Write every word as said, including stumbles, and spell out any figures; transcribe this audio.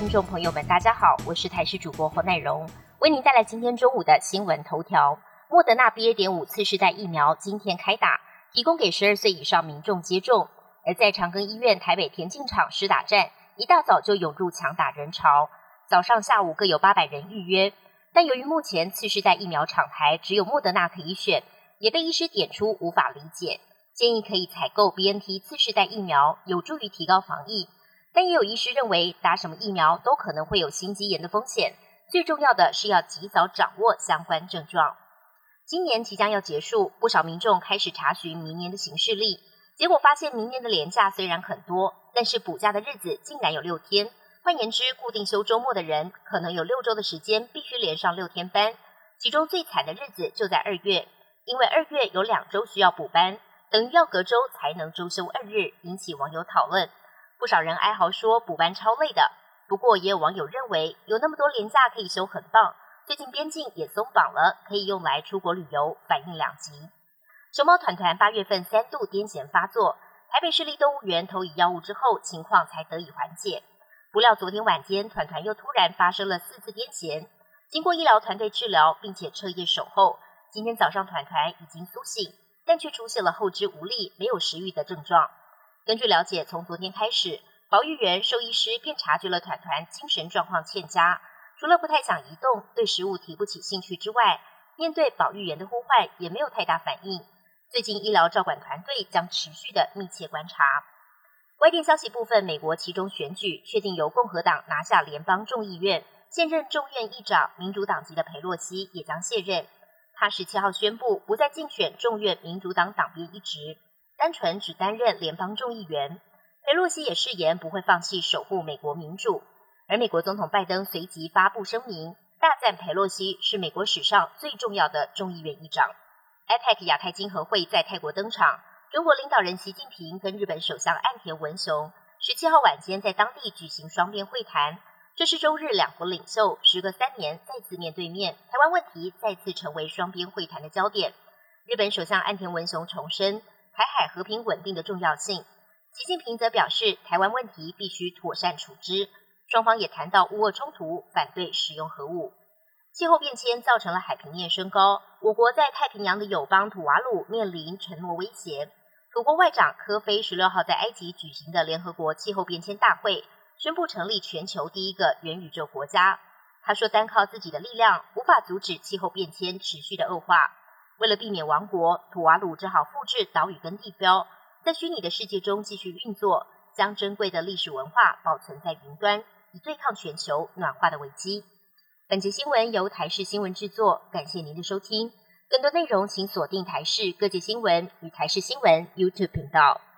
众朋友们，大家好，我是台视主播侯乃荣，为您带来今天中午的新闻头条。莫德纳 B A 点五 次世代疫苗今天开打，提供给十二岁以上民众接种。而在长庚医院台北田径场施打站，一大早就涌入抢打人潮，早上下午各有八百人预约。但由于目前次世代疫苗厂牌只有莫德纳可以选，也被医师点出无法理解，建议可以采购 B N T 次世代疫苗，有助于提高防疫。但也有医师认为，打什么疫苗都可能会有心肌炎的风险，最重要的是要及早掌握相关症状。今年即将要结束，不少民众开始查询明年的行事历，结果发现明年的连假虽然很多，但是补假的日子竟然有六天。换言之，固定休周末的人可能有六周的时间必须连上六天班，其中最惨的日子就在二月，因为二月有两周需要补班，等于要隔周才能周休二日，引起网友讨论。不少人哀嚎说补班超累的，不过也有网友认为有那么多连假可以休很棒，最近边境也松绑了，可以用来出国旅游，反应两极。熊猫团团八月份三度癫痫发作，台北市立动物园投以药物之后，情况才得以缓解。不料昨天晚间团团又突然发生了四次癫痫，经过医疗团队治疗并且彻夜守候，今天早上团团已经苏醒，但却出现了后肢无力、没有食欲的症状。根据了解，从昨天开始，保育员、兽医师便察觉了团团精神状况欠佳，除了不太想移动、对食物提不起兴趣之外，面对保育员的呼唤也没有太大反应。最近医疗照管团队将持续的密切观察。外电消息部分，美国期中选举确定由共和党拿下联邦众议院，现任众院议长民主党籍的裴洛西也将卸任。他十七号宣布不再竞选众院民主党党鞭一职，单纯只担任联邦众议员。裴洛西也誓言不会放弃守护美国民主，而美国总统拜登随即发布声明，大赞裴洛西是美国史上最重要的众议院议长。A P E C 亚太经合会在泰国登场，中国领导人习近平跟日本首相岸田文雄十七号晚间在当地举行双边会谈，这是周日两国领袖时隔三年再次面对面，台湾问题再次成为双边会谈的焦点。日本首相岸田文雄重申台海和平稳定的重要性，习近平则表示台湾问题必须妥善处置，双方也谈到乌俄冲突，反对使用核武。气候变迁造成了海平面升高，我国在太平洋的友邦土瓦鲁面临沉没威胁。土国外长科菲十六号在埃及举行的联合国气候变迁大会，宣布成立全球第一个元宇宙国家。他说单靠自己的力量无法阻止气候变迁持续的恶化，为了避免亡国，土瓦鲁只好复制岛屿跟地标，在虚拟的世界中继续运作，将珍贵的历史文化保存在云端，以对抗全球暖化的危机。本节新闻由台视新闻制作，感谢您的收听。更多内容请锁定台视各界新闻与台视新闻 YouTube 频道。